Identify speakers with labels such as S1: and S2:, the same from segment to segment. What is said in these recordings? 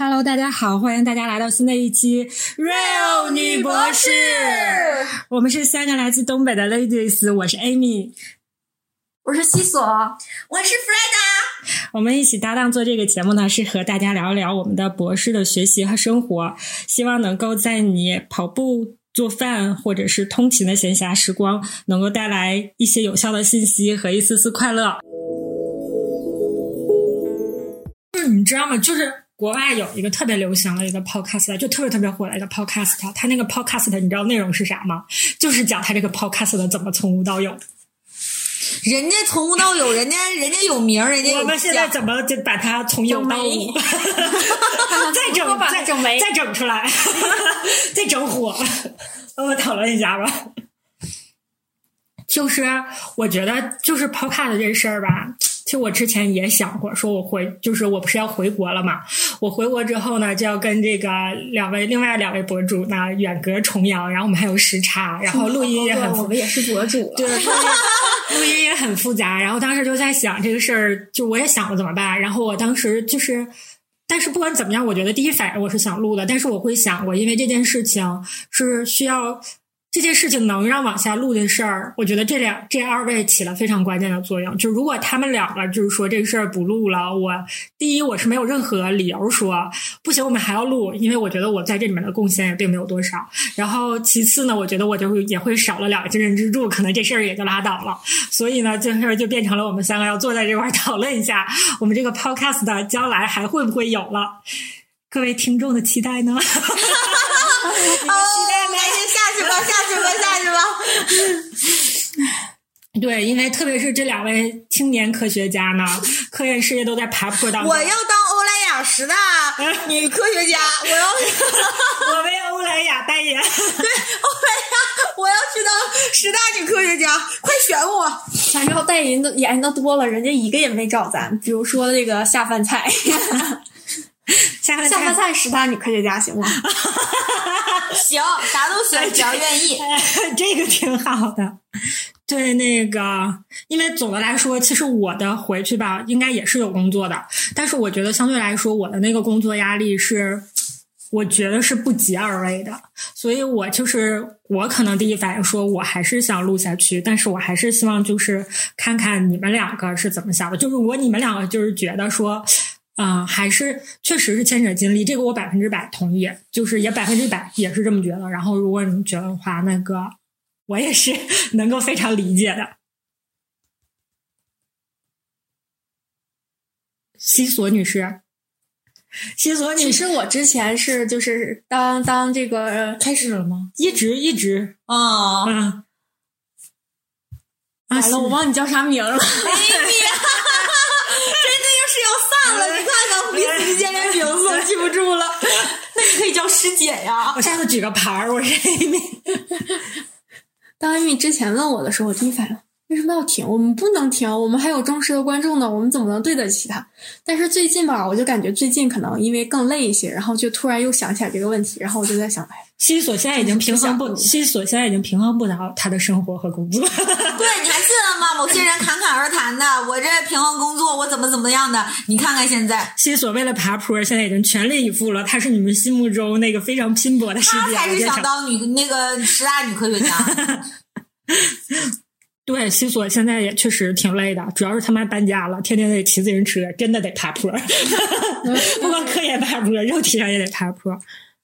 S1: Hello， 大家好，欢迎大家来到新的一期 Real 女博士。我们是3个来自东北的 ladies， 我是 Amy，
S2: 我是西索，
S3: 我是 Freda。
S1: 我们一起搭档做这个节目呢，是和大家聊一聊我们的博士的学习和生活，希望能够在你跑步、做饭或者是通勤的闲暇时光，能够带来一些有效的信息和一丝丝快乐。你知道吗？就是国外有一个特别流行的一个 podcast， 就特别火的一个 podcast， 它那个 podcast 你知道内容是啥吗？就是讲它这个 podcast 的怎么从无到有的。
S3: 人家从无到有，人家有名，人家有。
S1: 我们现在怎么就把它从有到无再整出来再整火，我们讨论一下吧。就是我觉得就是 podcast 这事儿吧，其实我之前也想过，说我不是要回国了嘛？我回国之后呢，就要跟这个另外两位博主呢远隔重洋，然后我们还有时差，然后录音也很
S2: 我们也是博主，
S1: 对，录音也很复杂。然后当时就在想这个事儿，就我也想过怎么办。然后我当时就是，但是不管怎么样，我觉得第一反应我是想录的，但是我会想，我因为这件事情是需要。这件事情能让往下录的事儿，我觉得这二位起了非常关键的作用。就如果他们两个就是说这个事儿不录了，第一我是没有任何理由说不行，我们还要录，因为我觉得我在这里面的贡献也并没有多少。然后其次呢，我觉得我就也会少了2个精神支柱，可能这事儿也就拉倒了。所以呢，这事儿就变成了我们3个要坐在这块讨论一下，我们这个 podcast 的将来还会不会有了？各位听众的期待呢？
S3: 下去吧。
S1: 对，因为特别是这2位青年科学家呢，科研事业都在爬坡当中。
S3: 我要当欧莱雅10大女科学家，
S1: 我为欧莱雅代言。
S3: 对，欧莱雅，我要去当10大女科学家，快选我！
S2: 反正代言的多了，人家一个也没找咱。比如说这个下饭菜。下饭菜10大女科学家行吗？
S3: 行，啥都行，只要愿意。
S1: 这个挺好的。对，那个，因为总的来说，其实我的回去吧，应该也是有工作的，但是我觉得相对来说，我的那个工作压力是，我觉得是不及2位的，所以我可能第一反应说，我还是想录下去，但是我还是希望就是看看你们2个是怎么想的，就如果你们2个就是觉得说。还是确实是牵扯精力，这个我100%同意，就是也100%也是这么觉得。然后如果你觉得的话，那个我也是能够非常理解的。西索女士，
S2: 其实我之前是就是当这个
S3: 开始了吗？
S1: 一直
S2: 完了，我忘你叫啥名了。
S3: 你看看彼此之间连名字都记不住了，那你可以叫师姐呀。
S1: 我下次举个牌，我是 Amy。
S2: 当 Amy 之前问我的时候，我第一反应为什么要停？我们不能停，我们还有忠实的观众呢，我们怎么能对得起他？但是最近吧，我就感觉最近可能因为更累一些，然后就突然又想起来这个问题，然后我就在想，
S1: 西索现在已经平衡不了他的生活和工作。
S3: 对，你还记得吗？某些人侃侃而谈的，我这平衡工作，我怎么样的？你看看现在，
S1: 西索为了爬坡，现在已经全力以赴了。他是你们心目中那个非常拼搏的师姐，
S3: 他才是想当那个10大女科学家。
S1: 对，西索现在也确实挺累的，主要是他们搬家了，天天得骑自行车，真的得爬坡。不光科研爬坡，肉体上也得爬坡。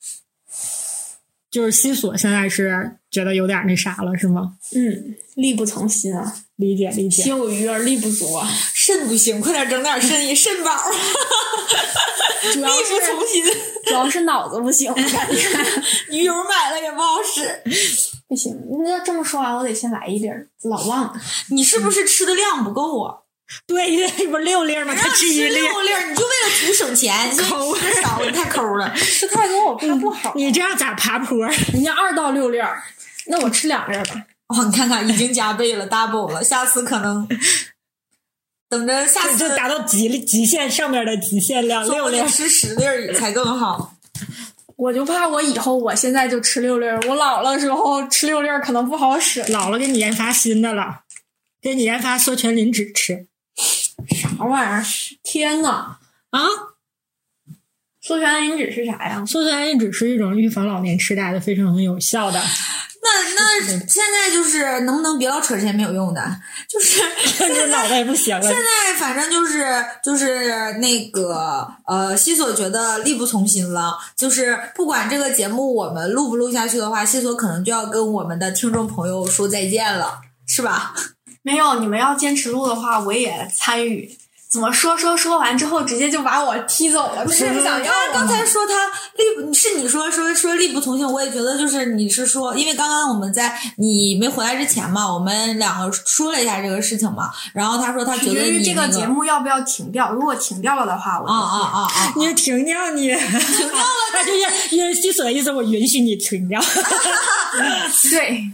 S1: 就是西索现在是觉得有点那啥了，是吗？
S2: 力不从心啊，
S1: 理解。
S2: 心有余而力不足啊，
S3: 肾不行，快点整点肾宝。
S2: 主要是
S3: 力不从心，
S2: 主要是脑子不行，感觉
S3: 鱼油买了也不好使。
S2: 不行，那这么说完，我得先来一粒，老忘了。
S3: 你是不是吃的量不够啊？
S1: 对，因为不是6粒吗？他吃1粒，
S3: 你就为了图省钱，抠少了，太抠了。
S2: 吃太多我怕不好。
S1: 你这样咋爬坡？
S2: 人家2到6粒，那我吃2粒吧。
S3: 你看看，已经加倍了，double 了。下次可能等着下次
S1: 就达到极限上面的极限量，6粒
S3: 吃10粒才更好。
S2: 我就怕我以后我现在就吃6粒，我老了时候吃6粒可能不好使。
S1: 老了给你研发新的了，给你研发缩全磷脂吃。
S2: 啥玩意儿？天哪！
S1: 啊！
S2: 缩醛磷脂是啥呀？
S1: 缩醛磷脂是一种预防老年痴呆的非常有效的。
S3: 那现在就是能不能别老扯这些没有用的，就是
S1: 就脑袋不行了。
S3: 现在反正就是那个西索觉得力不从心了，就是不管这个节目我们录不录下去的话，西索可能就要跟我们的听众朋友说再见了，是吧？
S2: 没有，你们要坚持录的话，我也参与。怎么说完之后直接就把我踢走了？不是不想要我。
S3: 刚才说他是你说力不从心，我也觉得就是你是说，因为刚刚我们在你没回来之前嘛，我们两个说了一下这个事情嘛，然后他说他觉得你、
S2: 这个节目要不要停掉？如果停掉了的话，我
S1: 你就停掉你停掉了，那就因为西索的意思，我允许你停掉。
S2: 对。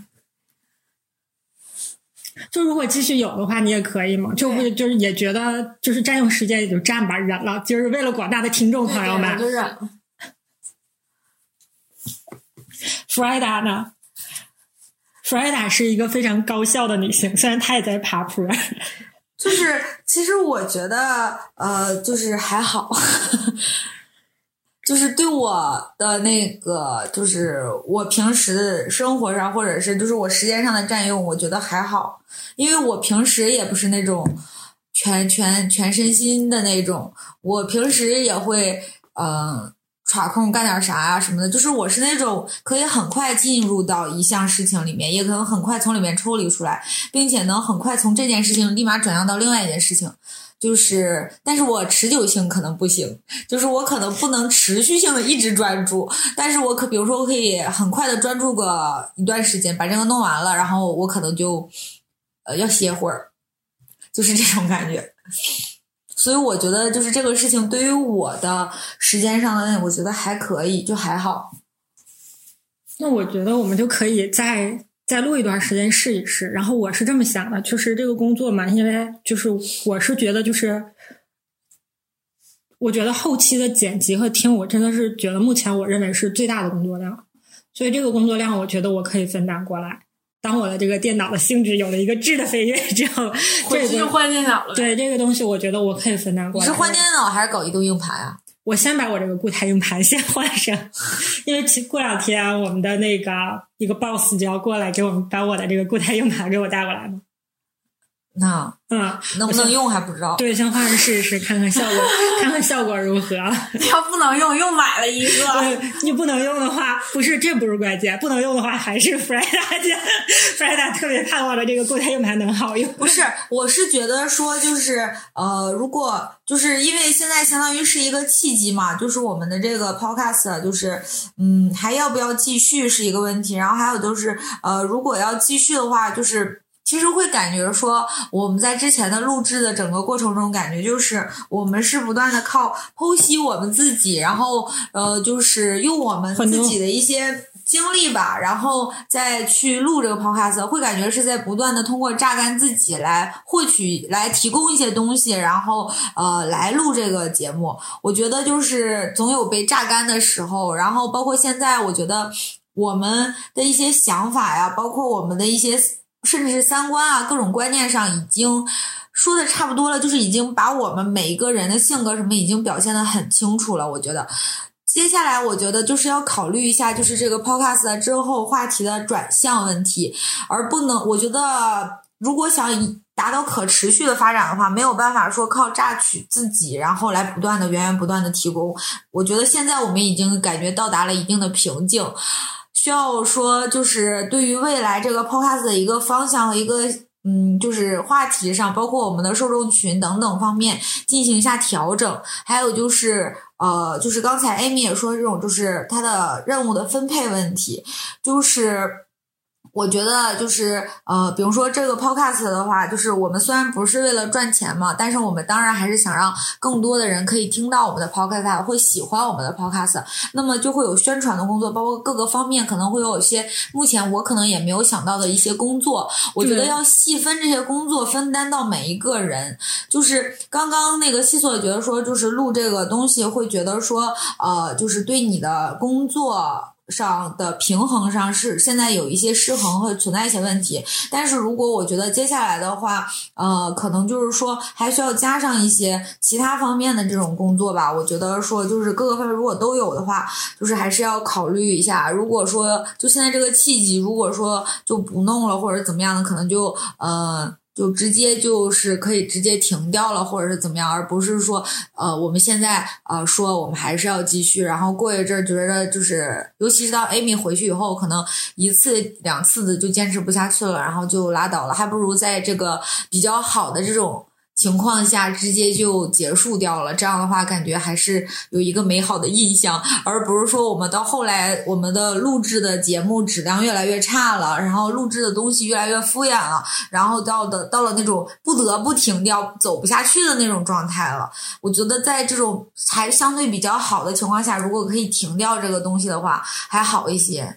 S1: 就如果继续有的话，你也可以嘛，就会就是也觉得就是占用时间也就占吧，忍了，就是为了广大的听众朋友们，
S2: 我就忍了。
S1: 弗莱达呢？弗莱达是一个非常高效的女性，虽然她也在爬坡。
S3: 就是其实我觉得就是还好。就是对我的那个，就是我平时生活上，或者是就是我时间上的占用，我觉得还好，因为我平时也不是那种全身心的那种，我平时也会耍空干点啥啊什么的，就是我是那种可以很快进入到一项事情里面，也可能很快从里面抽离出来，并且能很快从这件事情立马转向到另外一件事情。就是，但是我持久性可能不行，就是我可能不能持续性的一直专注，但是我比如说我可以很快的专注个一段时间，把这个弄完了，然后我可能就要歇会儿，就是这种感觉。所以我觉得就是这个事情对于我的时间上的，我觉得还可以，就还好。
S1: 那我觉得我们就可以再录一段时间试一试，然后我是这么想的，就是这个工作嘛，因为就是我是觉得就是我觉得后期的剪辑和听，我真的是觉得目前我认为是最大的工作量，所以这个工作量我觉得我可以分担过来。当我的这个电脑的性质有了一个质的飞跃之后，
S2: 回去就换电脑了。
S1: 对，这个东西我觉得我可以分担过来。
S3: 你是换电脑还是搞移动硬盘啊？
S1: 我先把我这个固态硬盘先换上，因为过两天我们的那个一个 boss 就要过来给我们把我的这个固态硬盘给我带过来嘛。
S3: 那能不能用还不知道。
S1: 对，先换上试一试，看看效果如何。
S2: 要不能用，又买了一个。
S1: 你不能用的话，这不是关键，不能用的话还是 Freda 特别盼望的这个固态硬盘能好用。
S3: 不是，我是觉得说就是如果就是因为现在相当于是一个契机嘛，就是我们的这个 podcast 就是还要不要继续是一个问题，然后还有就是如果要继续的话，就是其实会感觉说我们在之前的录制的整个过程中，感觉就是我们是不断的靠剖析我们自己，然后就是用我们自己的一些经历吧，然后再去录这个 podcast， 会感觉是在不断的通过榨干自己来获取，来提供一些东西，然后来录这个节目。我觉得就是总有被榨干的时候，然后包括现在我觉得我们的一些想法呀，包括我们的一些甚至是三观啊，各种观念上已经说的差不多了，就是已经把我们每一个人的性格什么已经表现得很清楚了。我觉得接下来我觉得就是要考虑一下，就是这个 podcast 之后话题的转向问题，而不能，我觉得如果想达到可持续的发展的话，没有办法说靠榨取自己，然后来不断的源源不断的提供。我觉得现在我们已经感觉到达了一定的瓶颈，需要说就是对于未来这个 podcast 的一个方向和一个就是话题上，包括我们的受众群等等方面进行一下调整。还有就是就是刚才 Amy 也说这种就是它的任务的分配问题，就是我觉得就是比如说这个 podcast 的话，就是我们虽然不是为了赚钱嘛，但是我们当然还是想让更多的人可以听到我们的 podcast， 会喜欢我们的 podcast， 那么就会有宣传的工作，包括各个方面可能会有一些目前我可能也没有想到的一些工作，我觉得要细分这些工作，分担到每一个人。就是刚刚那个西索也觉得说，就是录这个东西会觉得说就是对你的工作上的平衡上是现在有一些失衡和存在一些问题，但是如果我觉得接下来的话，可能就是说还需要加上一些其他方面的这种工作吧。我觉得说就是各个方面如果都有的话，就是还是要考虑一下。如果说就现在这个契机，如果说就不弄了或者怎么样的，可能就直接就是可以直接停掉了，或者是怎么样，而不是说我们现在说我们还是要继续，然后过一阵儿觉得就是尤其是到 Amy 回去以后，可能1次2次的就坚持不下去了，然后就拉倒了，还不如在这个比较好的这种情况下直接就结束掉了，这样的话感觉还是有一个美好的印象，而不是说我们到后来我们的录制的节目质量越来越差了，然后录制的东西越来越敷衍了，然后到了那种不得不停掉走不下去的那种状态了。我觉得在这种还相对比较好的情况下，如果可以停掉这个东西的话还好一些。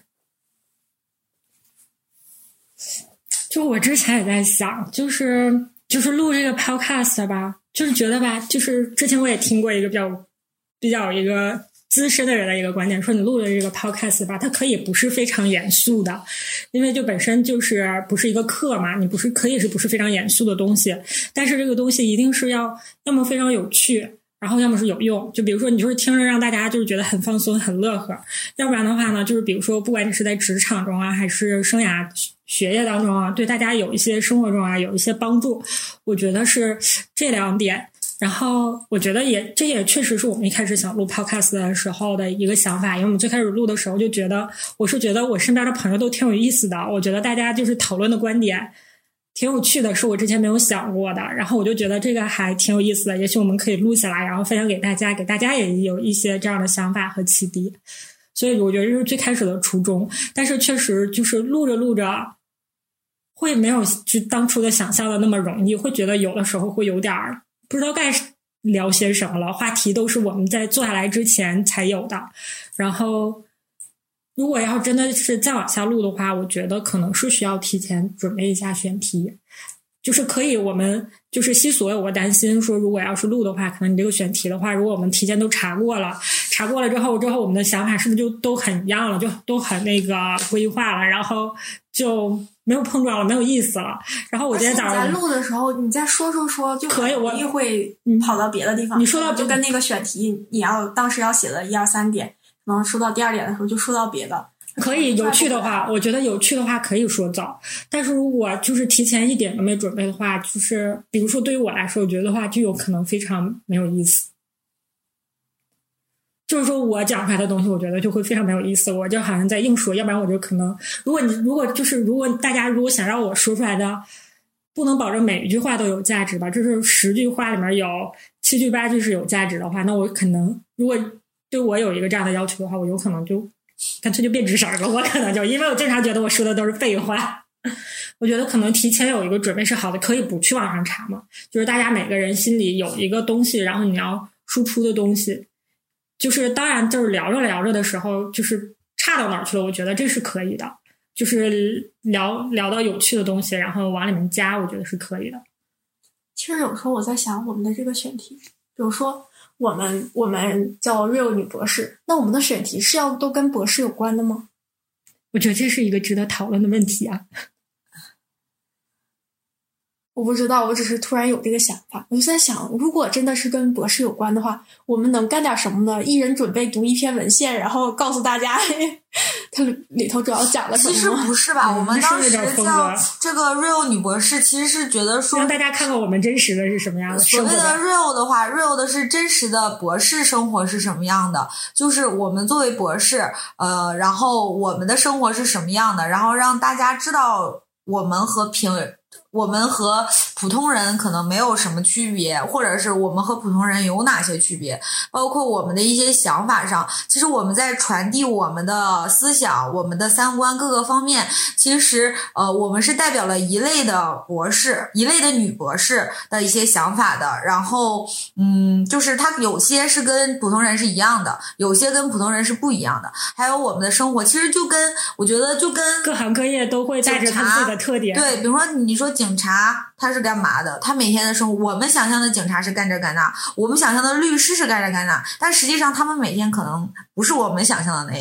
S1: 就我之前也在想，就是录这个 podcast 吧，就是觉得吧，就是之前我也听过一个比较一个资深的人的一个观点，说你录的这个 podcast 吧，它可以不是非常严肃的，因为就本身就是不是一个课嘛，你不是非常严肃的东西，但是这个东西一定是要么非常有趣，然后要么是有用，就比如说你就是听着让大家就是觉得很放松很乐呵，要不然的话呢，就是比如说不管你是在职场中啊还是生涯学业当中啊，对大家有一些生活中啊有一些帮助，我觉得是这2点。然后我觉得这也确实是我们一开始想录 podcast 的时候的一个想法，因为我们最开始录的时候就觉得我身边的朋友都挺有意思的，我觉得大家就是讨论的观点挺有趣的，是我之前没有想过的，然后我就觉得这个还挺有意思的，也许我们可以录下来然后分享给大家也有一些这样的想法和启迪，所以我觉得这是最开始的初衷。但是确实就是录着会没有就当初的想象的那么容易，会觉得有的时候会有点不知道该聊些什么了，话题都是我们在坐下来之前才有的，然后如果要真的是再往下录的话，我觉得可能是需要提前准备一下选题，就是可以我们就是西索有个担心说，如果要是录的话，可能你这个选题的话，如果我们提前都查过了之后我们的想法是不是就都很一样了，就都很那个规划了，然后就没有碰撞了，没有意思了。然后我今天早上
S2: 在录的时候你再说就
S1: 可以，我
S2: 一会跑到别的地方。
S1: 你说到
S2: 就跟那个选题你当时要写的1、2、3点，可能说到第2点的时候就说到别的。
S1: 可以有趣的话，我觉得有趣的话可以说早，但是如果就是提前1点都没准备的话，就是比如说对于我来说，我觉得的话就有可能非常没有意思。就是说我讲出来的东西，我觉得就会非常没有意思，我就好像在硬说，要不然我就可能，如果大家想让我说出来的，不能保证每一句话都有价值吧，就是10句话里面有7句8句是有价值的话，那我可能如果对我有一个这样的要求的话，我有可能就干脆就变直声了，我可能就因为我经常觉得我说的都是废话。我觉得可能提前有一个准备是好的，可以不去网上查嘛，就是大家每个人心里有一个东西，然后你要输出的东西，就是当然就是聊着的时候就是差到哪儿去了，我觉得这是可以的，就是聊到有趣的东西然后往里面加，我觉得是可以的。
S2: 其实有时候我在想我们的这个选题，比如说我们叫 Real 女博士，那我们的选题是要都跟博士有关的吗？
S1: 我觉得这是一个值得讨论的问题啊。
S2: 我不知道，我只是突然有这个想法，我就在想，如果真的是跟博士有关的话，我们能干点什么呢？一人准备读1篇文献，然后告诉大家它里头主要讲了什么。
S3: 其实不是吧，我们当时叫这个 Real 女博士，其实是觉得说
S1: 让大家看看我们真实的是什么样的。
S3: 所谓的 Real 的话 ，Real 的是真实的博士生活是什么样的，就是我们作为博士，然后我们的生活是什么样的，然后让大家知道我们和普通人可能没有什么区别，或者是我们和普通人有哪些区别，包括我们的一些想法上，其实我们在传递我们的思想，我们的三观各个方面，其实我们是代表了一类的博士，一类的女博士的一些想法的，然后就是它有些是跟普通人是一样的，有些跟普通人是不一样的，还有我们的生活其实我觉得就跟
S1: 各行各业都会带着他自己的特点。
S3: 对，比如说你说警察他是干嘛的，他每天的生活，我们想象的警察是干这干那，我们想象的律师是干这干那，但实际上他们每天可能不是我们想象的那样，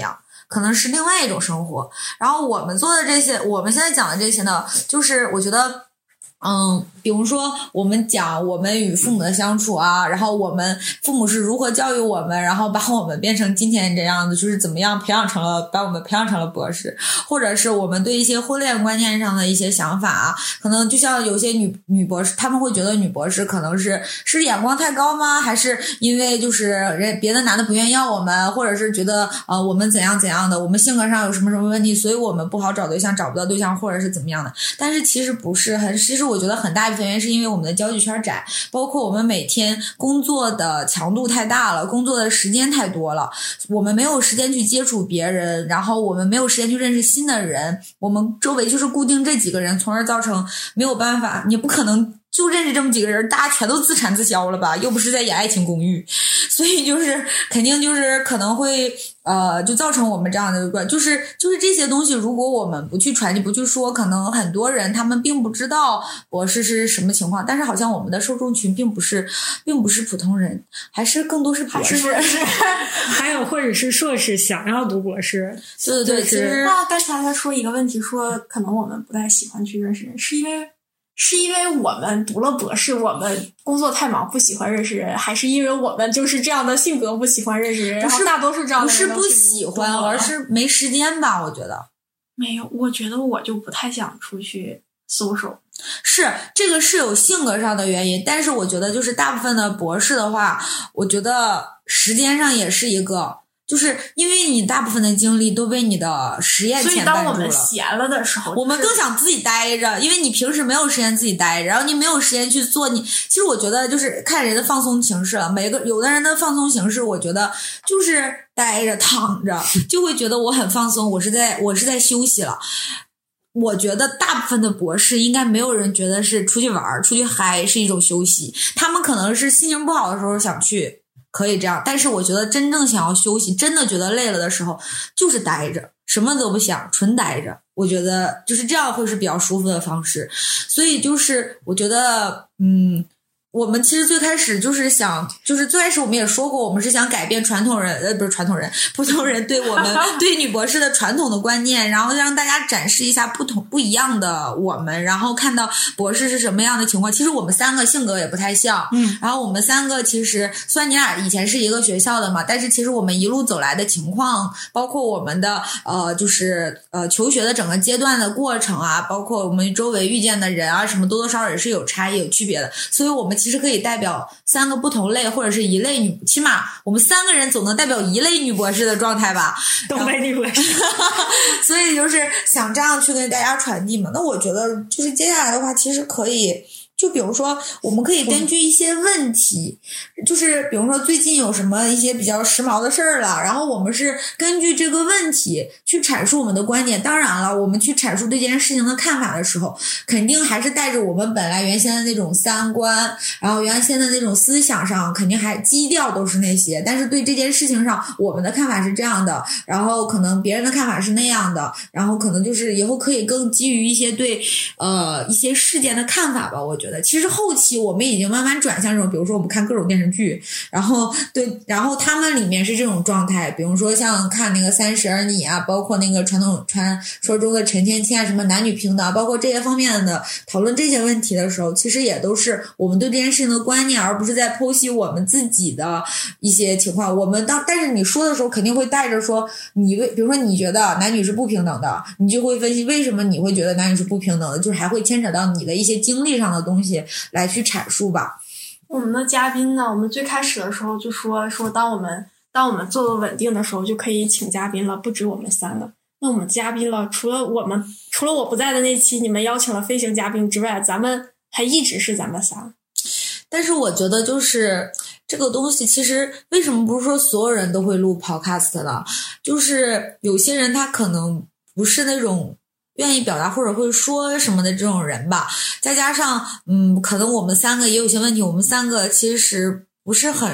S3: 可能是另外一种生活。然后我们做的这些，我们现在讲的这些呢，就是我觉得比如说我们讲我们与父母的相处啊，然后我们父母是如何教育我们，然后把我们变成今天这样子，就是怎么样把我们培养成了博士，或者是我们对一些婚恋观念上的一些想法啊，可能就像有些女博士，他们会觉得女博士可能是眼光太高吗？还是因为就是别的男的不愿意要我们，或者是觉得我们怎样怎样的，我们性格上有什么问题，所以我们不好找对象，找不到对象，或者是怎么样的。但是其实不是，其实我觉得很大一部分原因是因为我们的交际圈窄，包括我们每天工作的强度太大了，工作的时间太多了，我们没有时间去接触别人，然后我们没有时间去认识新的人，我们周围就是固定这几个人，从而造成没有办法，你不可能就认识这么几个人，大家全都自产自销了吧？又不是在演爱情公寓，所以就是肯定就是可能会就造成我们这样的一个就是这些东西，如果我们不去传递不去说，可能很多人他们并不知道博士是什么情况，但是好像我们的受众群并不是普通人，还是更多是博士，
S1: 还有或者是硕士想要读博士。
S3: 对对对，其实
S2: 那刚才他说一个问题，说可能我们不太喜欢去认识人，是因为我们读了博士，我们工作太忙不喜欢认识人，还是因为我们就是这样的性格不喜欢认识人？然后大多数这样的人
S3: 不是不喜欢，而是没时间吧？我觉得
S2: 没有，我觉得我就不太想出去social。
S3: 是这个是有性格上的原因，但是我觉得就是大部分的博士的话，我觉得时间上也是一个。就是因为你大部分的精力都被你的实验牵绊住了，
S2: 所以当我们闲了的时候，
S3: 我们更想自己待着，因为你平时没有时间自己待着，然后你没有时间去做其实我觉得就是看人的放松形式了，有的人的放松形式，我觉得就是待着躺着，就会觉得我很放松，我是在休息了。我觉得大部分的博士应该没有人觉得是出去玩出去嗨是一种休息，他们可能是心情不好的时候想去可以这样，但是我觉得真正想要休息，真的觉得累了的时候，就是待着，什么都不想，纯待着。我觉得就是这样会是比较舒服的方式。所以就是我觉得，我们其实最开始就是最开始我们也说过，我们是想改变普通人对我们对女博士的传统的观念，然后让大家展示一下不一样的我们，然后看到博士是什么样的情况。其实我们三个性格也不太像，然后我们三个其实虽然你俩以前是一个学校的嘛，但是其实我们一路走来的情况，包括我们的求学的整个阶段的过程啊，包括我们周围遇见的人啊，什么多多少少也是有差异有区别的，所以我们其实可以代表三个不同类或者是一类起码我们三个人总能代表一类女博士的状态吧，
S1: 东北女博士
S3: 所以就是想这样去跟大家传递嘛。那我觉得就是接下来的话其实可以就比如说我们可以根据一些问题，就是比如说最近有什么一些比较时髦的事儿了，然后我们是根据这个问题去阐述我们的观点。当然了，我们去阐述对这件事情的看法的时候，肯定还是带着我们本来原先的那种三观，然后原先的那种思想上肯定还基调都是那些，但是对这件事情上我们的看法是这样的，然后可能别人的看法是那样的，然后可能就是以后可以更基于一些对一些事件的看法吧。我觉得其实后期我们已经慢慢转向这种，比如说我们看各种电视剧，然后他们里面是这种状态，比如说像看那个三十而已啊，包括那个传说中的陈芊芊啊，什么男女平等，包括这些方面的讨论这些问题的时候，其实也都是我们对这件事情的观念，而不是在剖析我们自己的一些情况。但是你说的时候肯定会带着说比如说你觉得男女是不平等的，你就会分析为什么你会觉得男女是不平等的，就是还会牵扯到你的一些经历上的东西来去阐述吧。
S2: 我们的嘉宾呢，我们最开始的时候就说当我们做的稳定的时候就可以请嘉宾了，不止我们三个。那我们嘉宾了，除了我不在的那期你们邀请了飞行嘉宾之外，咱们还一直是咱们仨。
S3: 但是我觉得就是这个东西其实为什么不是说所有人都会录 podcast 呢？就是有些人他可能不是那种愿意表达或者会说什么的这种人吧，再加上可能我们三个也有些问题，我们三个其实不是很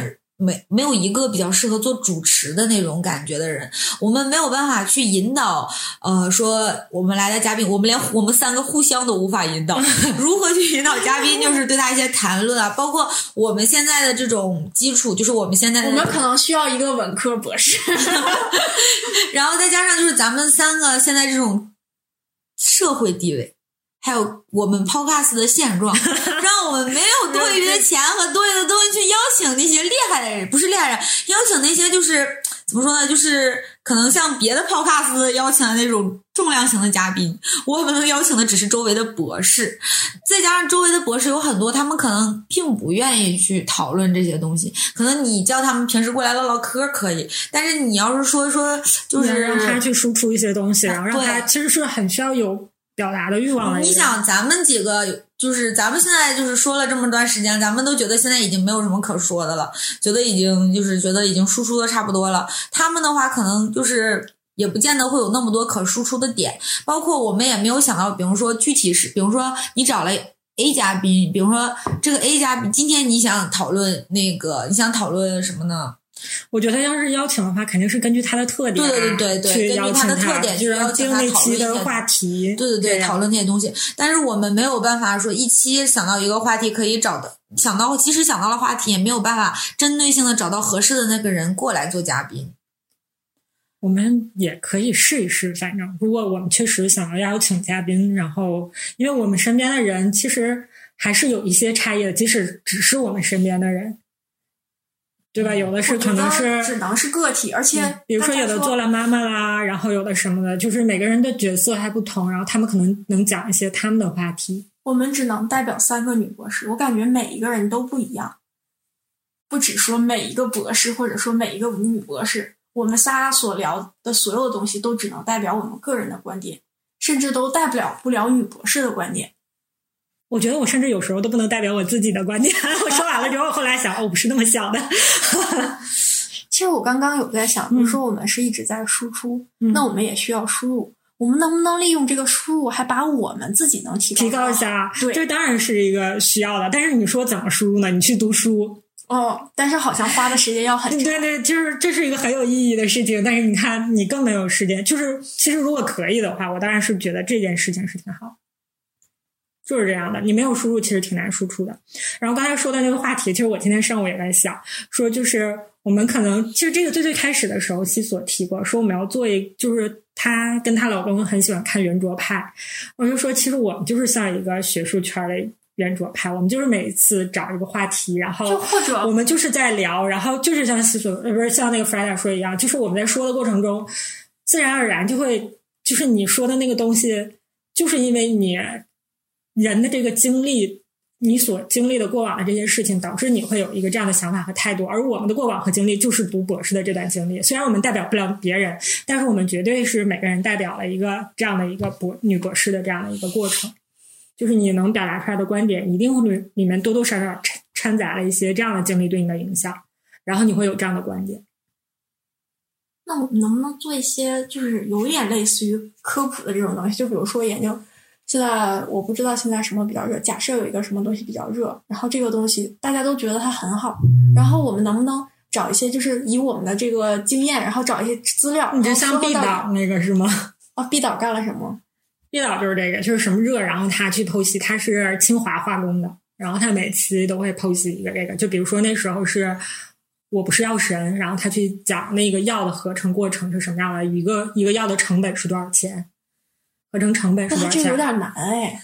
S3: 没有一个比较适合做主持的那种感觉的人，我们没有办法去引导，说我们来的嘉宾，我们三个互相都无法引导，如何去引导嘉宾，就是对他一些谈论啊，包括我们现在的这种基础，就是我们现在的
S2: 我们可能需要一个文科博士，
S3: 然后再加上就是咱们三个现在这种社会地位。还有我们 podcast 的现状，让我们没有多余的钱和多余的东西去邀请那些厉害的人，不是厉害人，邀请那些就是怎么说呢，就是可能像别的 podcast 邀请的那种重量型的嘉宾，我们能邀请的只是周围的博士，再加上周围的博士有很多，他们可能并不愿意去讨论这些东西，可能你叫他们平时过来唠唠嗑可以，但是你要是说就是
S1: 让他去输出一些东西，然后让他其实是很需要有表达的欲望。
S3: 你想咱们几个就是咱们现在就是说了这么段时间，咱们都觉得现在已经没有什么可说的了，觉得已经输出的差不多了，他们的话可能就是也不见得会有那么多可输出的点，包括我们也没有想到，比如说具体是比如说你找了 A 嘉宾，比如说这个 A 嘉宾今天你想讨论什么呢？
S1: 我觉得要是邀请的话，肯定是根据他的特点，
S3: 对，根据他的特点去邀请他讨论一些
S1: 话题，
S3: 对，讨论这些东西。但是我们没有办法说一期想到一个话题可以即使想到了话题，也没有办法针对性的找到合适的那个人过来做嘉宾。
S1: 我们也可以试一试，反正如果我们确实想要邀请嘉宾，然后因为我们身边的人其实还是有一些差异的，即使只是我们身边的人。对吧？有的是可能是
S2: 只能是个体，而且
S1: 比如说有的做了妈妈啦，然后有的什么的，就是每个人的角色还不同，然后他们可能能讲一些他们的话题。
S2: 我们只能代表3个女博士，我感觉每一个人都不一样，不只说每一个博士或者说每一个女博士，我们仨所聊的所有东西都只能代表我们个人的观点，甚至都代表不了女博士的观点。
S1: 我觉得我甚至有时候都不能代表我自己的观点，我说完了之后后来想，不是那么想的。
S2: 其实我刚刚有在想，比如说我们是一直在输出，那我们也需要输入，我们能不能利用这个输入还把我们自己能提高
S1: 一下？
S2: 对，
S1: 这当然是一个需要的，但是你说怎么输入呢？你去读书。
S2: 但是好像花的时间要很长。
S1: 对，就是这是一个很有意义的事情，但是你看你更没有时间。就是其实如果可以的话，我当然是觉得这件事情是挺好。就是这样的，你没有输入其实挺难输出的。然后刚才说的那个话题，其实我今天上午也在想，说就是我们可能其实这个最开始的时候，西索提过，说我们要做就是她跟她老公很喜欢看圆桌派，我就说其实我们就是像一个学术圈的圆桌派，我们就是每一次找一个话题，然后
S2: 或者
S1: 我们就是在聊，然后就是像西索不是像那个 Freda 说一样，就是我们在说的过程中，自然而然就会就是你说的那个东西，就是因为你人的这个经历，你所经历的过往的这些事情，导致你会有一个这样的想法和态度。而我们的过往和经历就是读博士的这段经历，虽然我们代表不了别人，但是我们绝对是每个人代表了一个这样的一个女博士的这样的一个过程。就是你能表达出来的观点，一定会里面多多少少掺杂了一些这样的经历对你的影响，然后你会有这样的观点。
S2: 那我们能不能做一些就是有点类似于科普的这种东西？就比如说研究。现在我不知道现在什么比较热，假设有一个什么东西比较热，然后这个东西大家都觉得它很好，然后我们能不能找一些就是以我们的这个经验，然后找一些资料。
S1: 你就像毕导那个是吗？
S2: 毕导干了什么？
S1: 毕导就是这个，就是什么热，然后他去剖析，他是清华化工的，然后他每期都会剖析一个这个，就比如说那时候是我不是药神，然后他去讲那个药的合成过程是什么样的，一个药的成本是多少钱。合成成本是多少钱？
S2: 这有点难哎。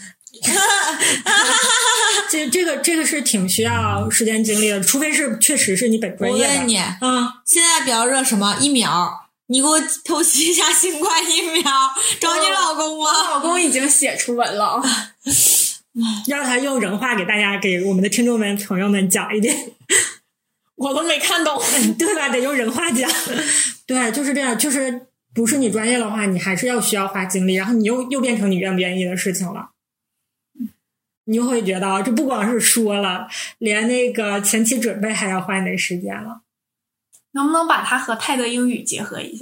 S1: 这个是挺需要时间精力的，除非是确实是你本专业的。
S3: 我问你，现在比较热什么？疫苗？你给我剖析一下新冠疫苗。找你老公吗？
S2: 我老公已经写出文了，
S1: 让他用人话给大家给我们的听众们朋友们讲一点。
S2: 我都没看懂，
S1: 对吧？得用人话讲。对，就是这样，就是。不是你专业的话，你还是需要花精力，然后你又变成你愿不愿意的事情了。你又会觉得这不光是说了，连那个前期准备还要花你的时间了。
S2: 能不能把它和泰德英语结合一下？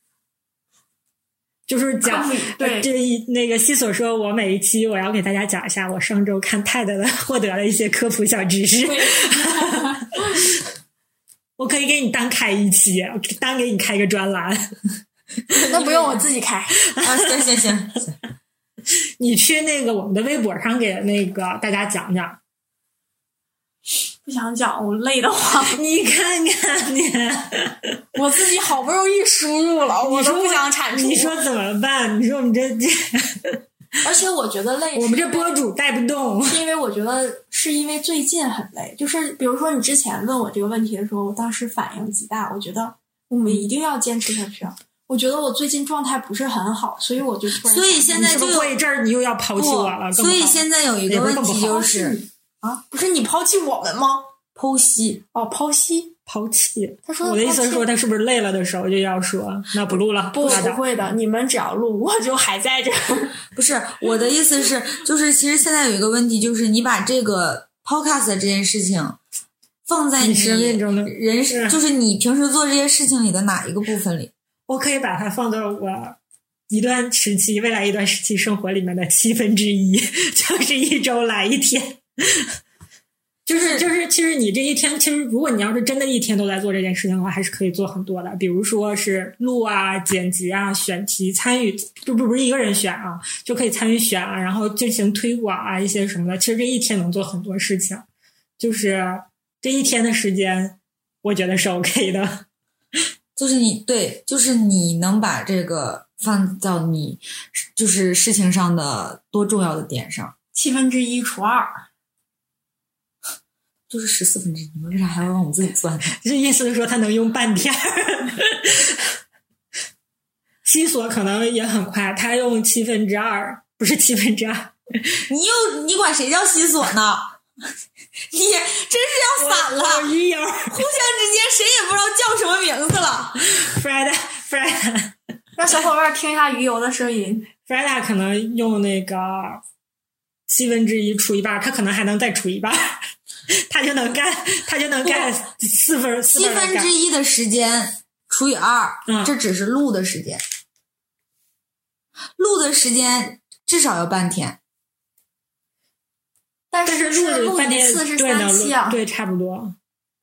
S1: 就是讲
S2: 对
S1: 那个西索说，我每一期我要给大家讲一下我上周看泰德的获得了一些科普小知识。 我可以给你单开一期，单给你开一个专栏。
S2: 那不用我自己开
S3: 啊，行，
S1: 你去那个我们的微博上给那个大家讲讲。
S2: 不想讲，我累得慌。
S1: 你看看你，
S2: 我自己好不容易输入了，我都不想产出。
S1: 你说怎么办？你说我们这
S2: 而且我觉得累，
S1: 我们这播主带不动，
S2: 是因为我觉得是因为最近很累。就是比如说你之前问我这个问题的时候，我当时反应极大，我觉得我们一定要坚持下去啊。我觉得我最近状态不是很好，所以我就突然，
S3: 所以现在就
S1: 过一阵儿你又要抛弃我了。
S3: 所以现在有一个问题就是
S2: 啊，不是你抛弃我们吗？
S3: 剖析
S2: 哦，抛弃。他说
S1: 我的意思是说，他是不是累了的时候就要说那不录了？
S2: 不会的，你们只要录，我就还在这儿。
S3: 不是，我的意思是，就是其实现在有一个问题，就是你把这个 podcast 这件事情放在你
S1: 生命中的
S3: 人生，就是你平时做这些事情里的哪一个部分里？
S1: 我可以把它放到我未来一段时期生活里面的1/7，就是一周来一天。就是其实你这一天，其实如果你要是真的一天都在做这件事情的话，还是可以做很多的，比如说是录啊、剪辑啊、选题、参与，不是一个人选啊，就可以参与选啊，然后进行推广啊，一些什么的。其实这一天能做很多事情，就是这一天的时间，我觉得是 OK 的。
S3: 就是你能把这个放到你就是事情上的多重要的点上
S2: ，1/7除2。
S3: 就是14/1，你们为啥还要让我们自己算呢？
S1: 这意思是说他能用半天西索可能也很快，他用2/7，不是2/7。
S3: 你管谁叫西索呢？你真是要反了！
S1: 鱼友
S3: 互相之间谁也不知道叫什么名字了。
S1: Freda，
S2: 让小伙伴听一下鱼油的声音。
S1: Freda 可能用那个1/7除一半，他可能还能再除一半。他就能干4分
S3: 1/7的时间除以2，这只是录的时间，录的时间至少要半天，
S2: 但是录
S1: 半天
S2: 一次是3期啊，
S1: 对，差不多。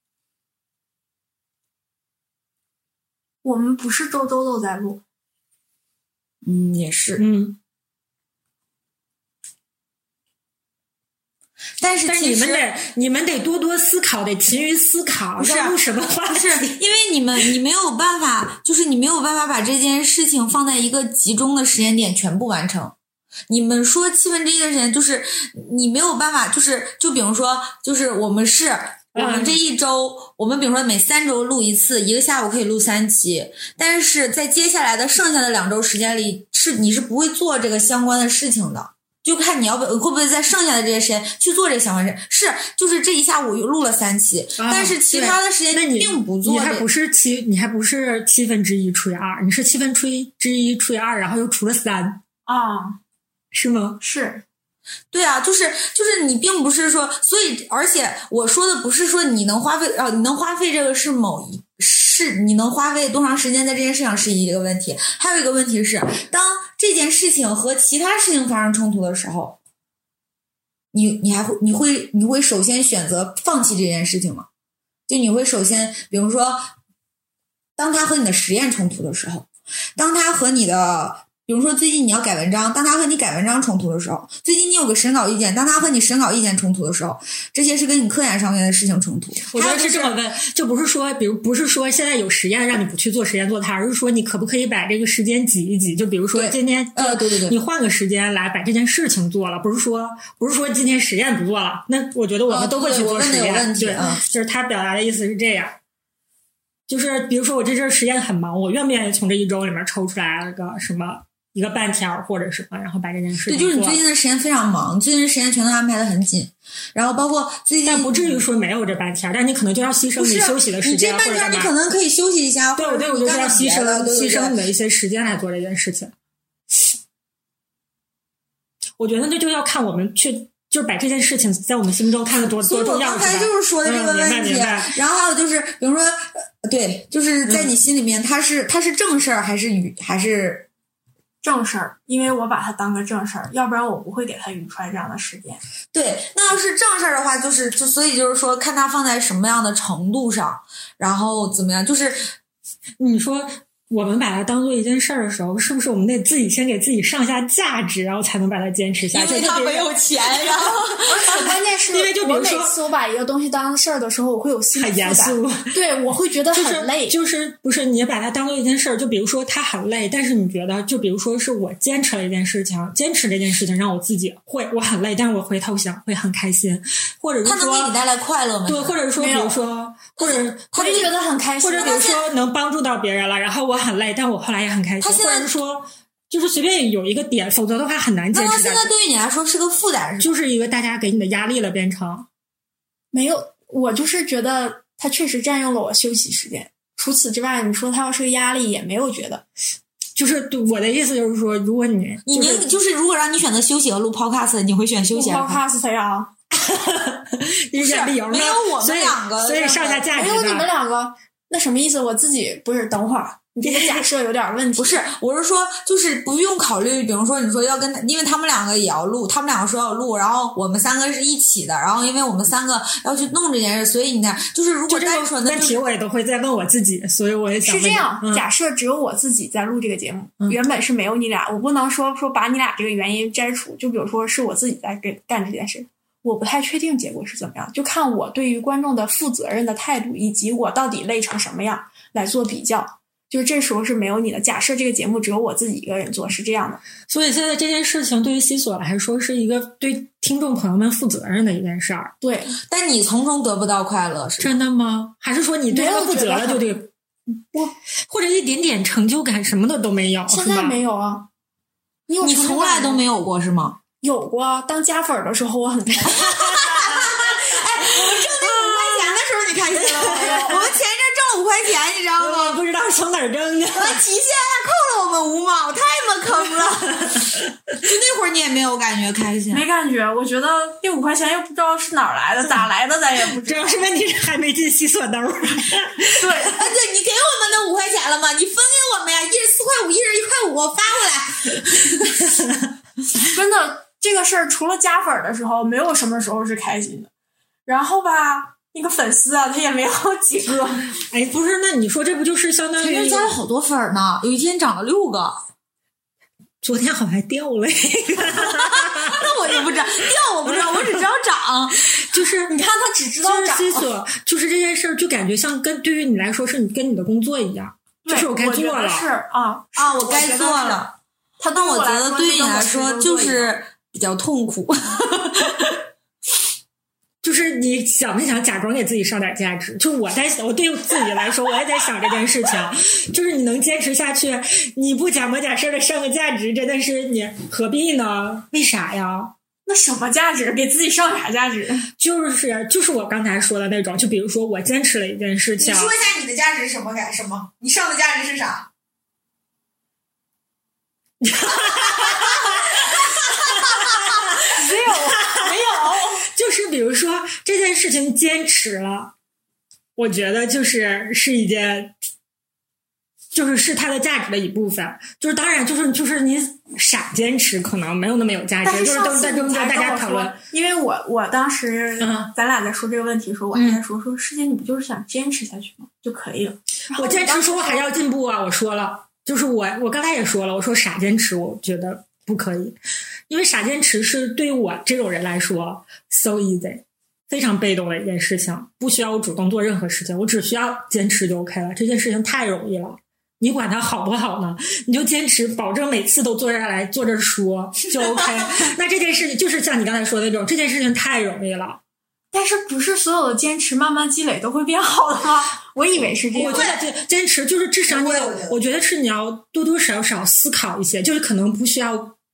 S2: 我们不是周周都在录，
S3: 也是，但是
S1: 你们得多多思考，得勤于思考，要录什么话？
S3: 不是，因为你没有办法，就是你没有办法把这件事情放在一个集中的时间点全部完成。你们说1/7的时间，就是你没有办法，就比如说，就是我们这一周，我们比如说每3周录一次，一个下午可以录3期，但是在接下来的剩下的2周时间里，你是不会做这个相关的事情的。就看你会不会在剩下的这些时间去做这个相关事，就是这一下午又录了3期，但是其他的时间并不做。
S1: 你还不是1/7除以2，你是1/7除以2，然后又除了3
S2: 啊，
S1: 是吗？
S2: 是，
S3: 对啊，就是你并不是说，所以而且我说的不是说你能花费这个是你能花费多长时间在这件事上是一个问题，还有一个问题是，当这件事情和其他事情发生冲突的时候，你会首先选择放弃这件事情吗？就你会首先，比如说，当它和你的实验冲突的时候，当它和你的，比如说最近你要改文章，当他和你改文章冲突的时候，最近你有个审稿意见，当他和你审稿意见冲突的时候，这些是跟你科研上面的事情冲突。
S1: 我觉得是这么问，就不是说，不是说现在有实验让你不去做实验做它，而是说你可不可以把这个时间挤一挤？就比如说今天，
S3: 对，
S1: 你换个时间来把这件事情做了，不是说今天实验不做了，那我觉得我们都会去做实验。对，就是他表达的意思是这样。就是比如说我这阵实验很忙，我愿不愿意从这一周里面抽出来个什么？一个半天或者什么，然后把这件事情做。对，
S3: 就是你最近的时间非常忙，最近的时间全都安排的很紧，然后包括最近，
S1: 但不至于说没有这半天，但你可能就要牺牲你休息的时间，
S3: 你这半天你可能可以休息一下，
S1: 对，我就是要牺牲你的一些时间来做这件事情。我觉得那就要看我们去。就是把这件事情在我们心中看得多重要。
S3: 我刚才就是说的这个问题，然后还有就是，比如说，对，就是在你心里面，它是正事儿还是
S2: 正事儿，因为我把它当个正事儿，要不然我不会给它匀出来这样的时间。
S3: 对，那要是正事儿的话，所以就是说，看它放在什么样的程度上，然后怎么样，就是
S1: 你说我们把它当做一件事儿的时候，是不是我们得自己先给自己上下价值，然后才能把它坚持下去？
S3: 因为他没有钱，然后
S2: 而且关键是，
S1: 因为就比如说
S2: 我每次我把一个东西当事儿的时候，我会有心理
S1: 很严
S2: 负担，
S1: 肃，
S2: 对，我会觉得很累。
S1: 就是不是你把它当做一件事儿，就比如说它很累，但是你觉得，就比如说是我坚持了一件事情，坚持这件事情让我自己我很累，但是我回头想会很开心，或者是说
S3: 它能给你带来快乐吗？
S1: 对，或者说比如说，或者
S2: 他就觉得很开心，
S1: 或者比如说能帮助到别人了，然后我很累，但我后来也很开心，或者是说就是随便有一个点，否则的话很难坚持下去。
S3: 那他现在对于你来说是个负担，是
S1: 就是一个大家给你的压力了，变成
S2: 没有。我就是觉得他确实占用了我休息时间，除此之外，你说他要是个压力，也没有觉得。
S1: 就是我的意思就是说，如果你
S3: 就是如果让你选择休息和录 podcast， 你会选休息？
S2: 录 podcast 呀？
S1: 不是理由呢？
S3: 没有我们两个，
S1: 所以上下价值
S2: 没有你们两个，那什么意思？我自己不是，等会儿你这个假设有点问题。
S3: 不是，我是说，就是不用考虑，比如说你说要跟，因为他们两个也要录，他们两个说要录，然后我们三个是一起的，然后因为我们三个要去弄这件事，所以你看，就是如果单纯的
S1: 问题，我也都会再问我自己，所以我也想
S2: 是这样。假设只有我自己在录这个节目，原本是没有你俩，我不能说把你俩这个原因摘除，就比如说是我自己在干这件事。我不太确定结果是怎么样，就看我对于观众的负责任的态度，以及我到底累成什么样来做比较。就是这时候是没有你的。假设这个节目只有我自己一个人做，是这样的。
S1: 所以现在这件事情对于西索来说是一个对听众朋友们负责任的一件事儿。
S2: 对，
S3: 但你从中得不到快乐，是
S1: 真的吗？还是说你对他负责了就得
S2: 我
S1: 或者一点点成就感什么的都没有？
S2: 现在没有啊。
S3: 你从来都没有过是吗？
S2: 有过，当加粉的时候我很开心。
S3: 哎，我们挣那5块钱的时候你开心了吗？我们前一阵挣了5块钱，你知道吗？
S1: 我不知道从哪儿挣的。
S3: 提现还扣了我们5毛，太他妈坑了！就那会儿你也没有感觉开心？
S2: 没感觉，我觉得这5块钱又不知道是哪儿来的，咋来的咱也不知道。
S1: 主要是问题是还没进西索兜。对，
S3: 对，你给我们那5块钱了吗？你分给我们呀，1人4块5，1人1块5，发过来。
S2: 真的。这个事儿除了加粉的时候，没有什么时候是开心的。然后吧，那个粉丝啊，他也没有几个。
S1: 哎，不是，那你说这不就是相当于
S3: 加了好多粉呢？有一天涨了6个，
S1: 昨天好像还掉了一个。
S3: 那我就不知道掉，我不知道，我只知道涨。
S1: 就是
S2: 你看，他只知道涨。
S1: 西索就是这件事儿，就感觉像对于你来说是你跟你的工作一样，就是我该做了。
S2: 是啊，
S3: 我该做了。但我觉得对于你来说就是比较痛苦。
S1: 就是你想没想假装给自己上点价值？就我对自己来说，我也在想这件事情。就是你能坚持下去，你不假模假式的上个价值，真的是你何必呢？为啥呀？
S2: 那什么价值？给自己上啥价值？
S1: 就是我刚才说的那种，就比如说我坚持了一件事情。
S3: 你说一下你的价值是什么？你上的价值是啥？
S2: 没有，
S1: 就是比如说这件事情坚持了，我觉得是一件，是它的价值的一部分。就是当然就是你傻坚持可能没有那么有价值，就是都在中间大家讨论。
S2: 因为我当时咱俩在说这个问题的时候，我还在说师姐，你不就是想坚持下去吗？就可以了。
S1: 我坚持说还要进步啊！我说了。就是我刚才也说了，我说傻坚持，我觉得不可以，因为傻坚持是对于我这种人来说 so easy， 非常被动的一件事情，不需要我主动做任何事情，我只需要坚持就 OK 了。这件事情太容易了，你管它好不好呢？你就坚持，保证每次都坐下来坐着说就 OK。那这件事情就是像你刚才说的那种，这件事情太容易了。
S2: 但是不是所有的坚持慢慢积累都会变好的吗？我以为是这样。
S1: 我觉得坚持就是至少我觉得是你要多多少少思考一些，就是可能不需要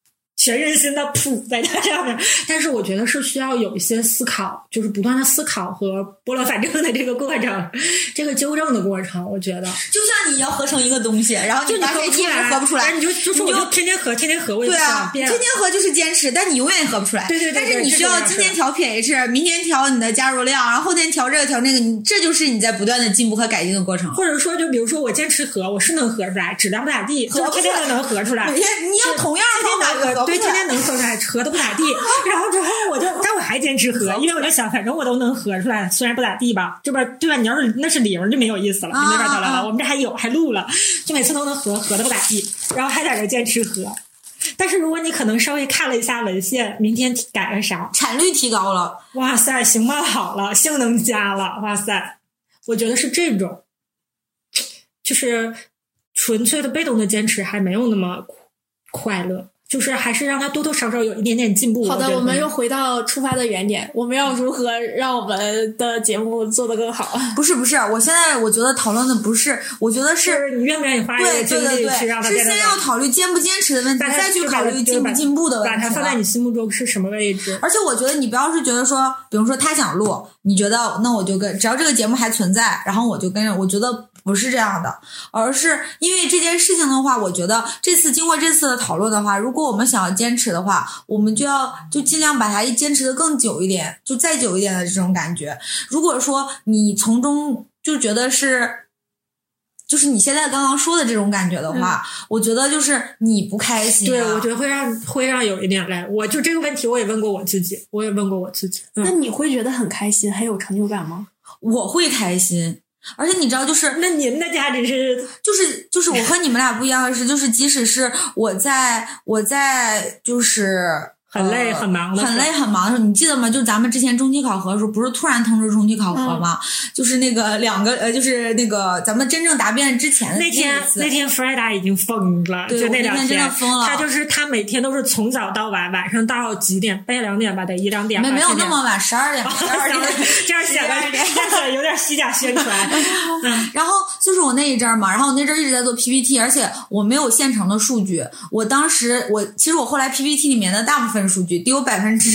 S1: 全身心的扑在它上面。但是我觉得是需要有一些思考，就是不断的思考和拨乱反正的这个过程，这个纠正的过程。我觉得
S3: 就像你要合成一个东西，然后
S1: 就你
S3: 发现一直合不出来，
S1: 你就天天合，我也不想变。
S3: 天天合就是坚持，但你永远也合不出来。
S1: 对，
S3: 但是你需要今天调 pH， 明天调你的加入量，然后后天调这个调那个，这就是你在不断的进步和改进的过程。
S1: 或者说，就比如说我坚持合，我是能合出来，质量不咋地，就天天都能合出来。
S3: 每天你要同样的方法合，
S1: 对，天天能合出来，合的不咋地。然后之后但我还坚持合，因为我就想，反正我都能合出来，虽然不咋地吧，对吧？你要是那是0就没有意思了，就没法讨论了。我们这还录了，就每次都能合的不咋地，然后还在这坚持合。但是如果你可能稍微看了一下文献，明天改个啥，
S3: 产率提高了，
S1: 哇塞，形貌好了，性能加了，哇塞，我觉得是这种，就是纯粹的被动的坚持还没有那么快乐。就是还是让他多多少少有一点点进步。
S2: 好的，我们又回到出发的原点，我们要如何让我们的节目做得更好？
S3: 不是，我现在我觉得讨论的不是，我觉得是
S1: 你愿不愿意花一个精力去让他变得
S3: 是先要考虑坚不坚持的问题，再去考虑进不进步的问题。
S1: 把它放在你心目中是什么位置？
S3: 而且我觉得你不要是觉得说，比如说他想录，你觉得那我就只要这个节目还存在，然后我就跟着，我觉得不是这样的，而是因为这件事情的话，我觉得经过这次的讨论的话，如果我们想要坚持的话，我们就尽量把它坚持的更久一点，就再久一点的这种感觉。如果说你从中就觉得就是你现在刚刚说的这种感觉的话，我觉得就是你不开心。
S1: 对，我觉得会让有一点累。我就这个问题我也问过我自己。
S2: 那你会觉得很开心，很有成就感吗？
S3: 我会开心。而且你知道，就是
S1: 那您的价值是，
S3: 就是我和你们俩不一样的是，就是即使是我在就是
S1: 很累很忙的
S3: 时候，你记得吗？就咱们之前中期考核的时候，不是突然通知中期考核吗？就是那个就是那个咱们真正答辩之前的
S1: 那天 Freda 已经疯了，就那两天
S3: 真的疯了。
S1: 他每天都是从早到晚，晚上到几点？半夜2点吧，得1-2点吧。
S3: 没有那么晚，12点。
S1: 这样显得有点虚假宣传。
S3: 然后就是我那一阵儿嘛，然后我那阵儿一直在做 PPT， 而且我没有现成的数据。其实我后来 PPT 里面的大部分数据，得有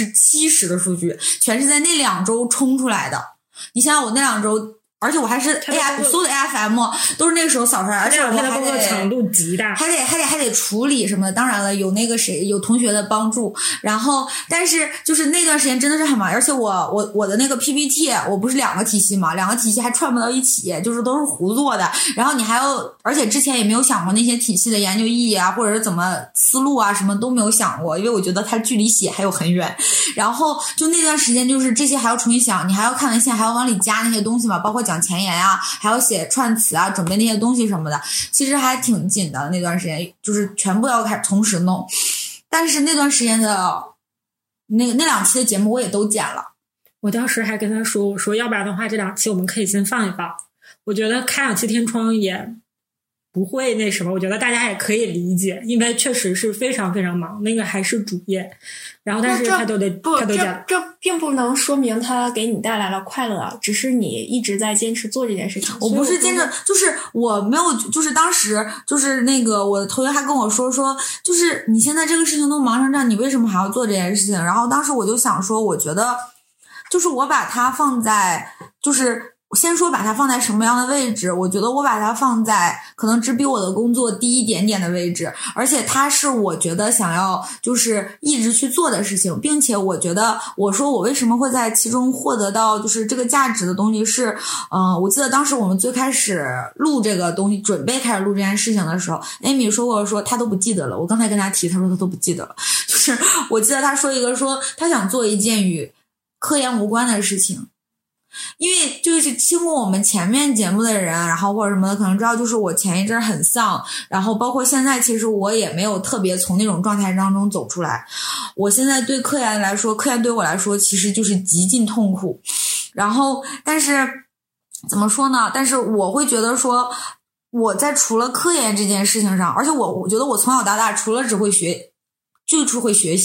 S3: 70%的数据全是在那2周冲出来的。你想想我那2周，而且我还是 AI 所有的 AFM 都是那个时候扫出来，而且我还
S1: 工作强度极大，
S3: 还得处理什么的。当然了，有有同学的帮助，然后但是就是那段时间真的是很忙，而且我的那个 PPT 我不是2个体系嘛，2个体系还串不到一起，就是都是胡做的。然后你还有，而且之前也没有想过那些体系的研究意义啊，或者是怎么思路啊，什么都没有想过，因为我觉得它距离写还有很远。然后就那段时间就是这些还要重新想，你还要看文献，还要往里加那些东西嘛，包括讲前言啊，还要写串词啊，准备那些东西什么的，其实还挺紧的。那段时间就是全部要开始同时弄，但是那段时间的那2期的节目我也都剪了。
S1: 我当时还跟他说，我说要不然的话这2期我们可以先放一放，我觉得开2期天窗也不会那什么，我觉得大家也可以理解，因为确实是非常非常忙，那个还是主业，然后但是他都讲，
S2: 这并不能说明他给你带来了快乐，只是你一直在坚持做这件事情。
S3: 我不是坚持，就是我没有，就是当时就是那个我的同学还跟我说，就是你现在这个事情都忙成这样，你为什么还要做这件事情？然后当时我就想说，我觉得就是我把它放在就是先说把它放在什么样的位置，我觉得我把它放在可能只比我的工作低一点点的位置，而且它是我觉得想要就是一直去做的事情，并且我觉得我说我为什么会在其中获得到就是这个价值的东西是我记得当时我们最开始录这个东西，准备开始录这件事情的时候， Amy 说过说她都不记得了，我刚才跟她提，她说她都不记得了，就是我记得她说一个说她想做一件与科研无关的事情。因为就是听过我们前面节目的人，然后或者什么的可能知道，就是我前一阵很丧，然后包括现在其实我也没有特别从那种状态当中走出来。我现在对科研来说，科研对我来说其实就是极尽痛苦。然后但是怎么说呢，但是我会觉得说我在除了科研这件事情上，而且我觉得我从小到大除了就是会学习，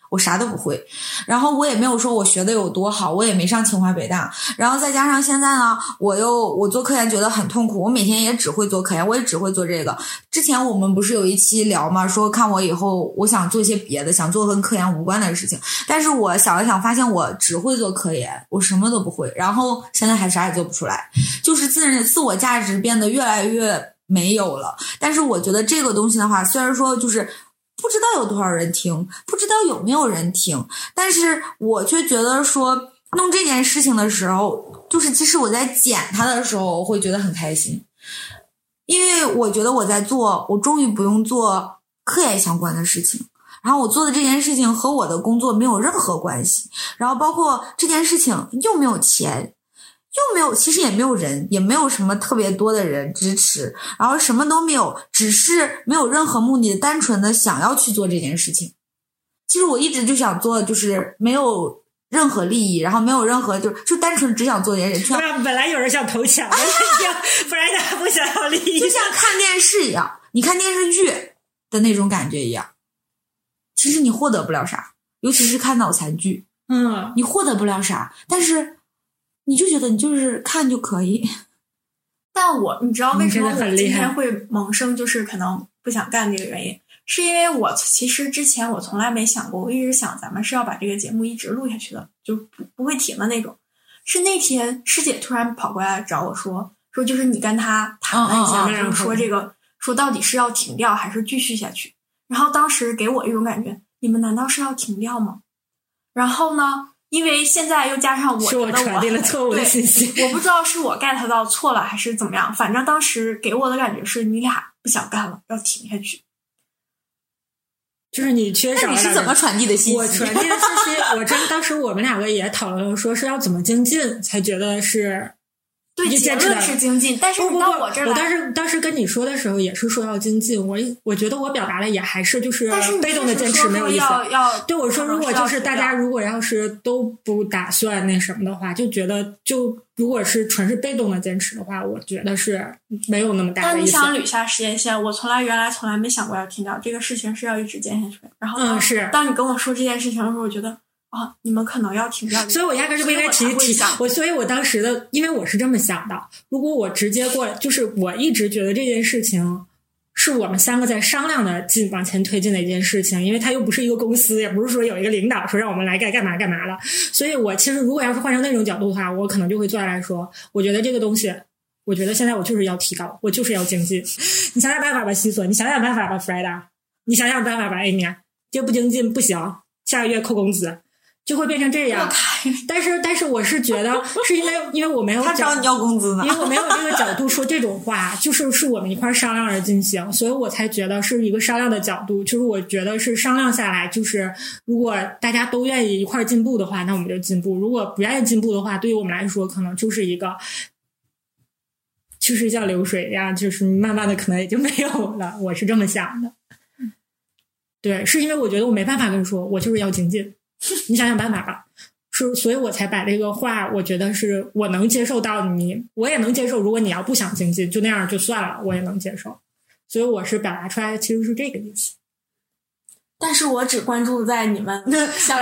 S3: 我啥都不会，然后我也没有说我学的有多好，我也没上清华北大，然后再加上现在呢，我做科研觉得很痛苦，我每天也只会做科研，我也只会做这个。之前我们不是有一期聊嘛，说看我以后我想做一些别的，想做跟科研无关的事情，但是我想了想发现我只会做科研，我什么都不会，然后现在还啥也做不出来，就是自我价值变得越来越没有了。但是我觉得这个东西的话，虽然说就是不知道有多少人听，不知道有没有人听，但是我却觉得说弄这件事情的时候，就是即使我在剪它的时候，我会觉得很开心，因为我觉得我终于不用做科研相关的事情，然后我做的这件事情和我的工作没有任何关系，然后包括这件事情又没有钱，其实也没有人，也没有什么特别多的人支持，然后什么都没有，只是没有任何目的，单纯的想要去做这件事情。其实我一直就想做，就是没有任何利益，然后没有任何就单纯只想做这件事情。
S1: 本来有人想投钱的，不然他不想要利益，
S3: 就像看电视一样，你看电视剧的那种感觉一样。其实你获得不了啥，尤其是看脑残剧，你获得不了啥，但是你就觉得你就是看就可以。
S2: 但你知道为什么我今天会萌生就是可能不想干这个原因，是因为我其实之前我从来没想过，我一直想咱们是要把这个节目一直录下去的，就不会停的那种。是那天师姐突然跑过来找我说就是你跟他谈了一下，就是说这个说到底是要停掉还是继续下去。然后当时给我一种感觉，你们难道是要停掉吗？然后呢，因为现在又加上我觉得
S1: 传递了错误的信息，
S2: 我不知道是我 get 到错了还是怎么样，反正当时给我的感觉是你俩不想干了，要停下去。
S1: 就是你缺少了。
S3: 那你是怎么传递的信息？
S1: 我传递的信息，当时我们两个也讨论了，说是要怎么精进才觉得是。
S2: 对，结论是精进，但是你到我这儿来，
S1: 我当时跟你说的时候也是说要精进，我觉得我表达的也还是就是被动的坚持没有意思。对，我说如果就是大家如果要是都不打算那什么的话，就觉得如果是纯是被动的坚持的话，我觉得是没有那么大的意思。
S2: 但你想捋下时间线，我原来从来没想过要停掉这个事情，是要一直坚下去。然后当你跟我说这件事情的时候，我觉得你们可能要停掉，
S1: 所以我压根就不应该提所以我当时的，因为我是这么想的，如果我直接过，就是我一直觉得这件事情是我们三个在商量的往前推进的一件事情，因为它又不是一个公司，也不是说有一个领导说让我们来干嘛了，所以我其实如果要是换成那种角度的话，我可能就会坐下来说，我觉得这个东西，我觉得现在我就是要提高，我就是要精进，你想想办法吧，西索，你想想办法吧 Freda， 你想想办法吧 Amy， 这不精进不行，下个月扣工资。就会变成这样，但是我是觉得是因为我没有
S3: 他找你要工资呢，
S1: 因为我没有这个角度说这种话，是我们一块商量而进行，所以我才觉得是一个商量的角度，就是我觉得是商量下来，就是如果大家都愿意一块进步的话，那我们就进步；如果不愿意进步的话，对于我们来说，可能就是一个就是像流水一样，就是慢慢的可能也就没有了。我是这么想的，对，是因为我觉得我没办法跟你说，我就是要精进。你想想办法吧，所以我才把这个话，我觉得是我能接受到你，我也能接受。如果你要不想精进，就那样就算了，我也能接受。所以我是表达出来的其实是这个意思。
S2: 但是我只关注在你们
S1: 行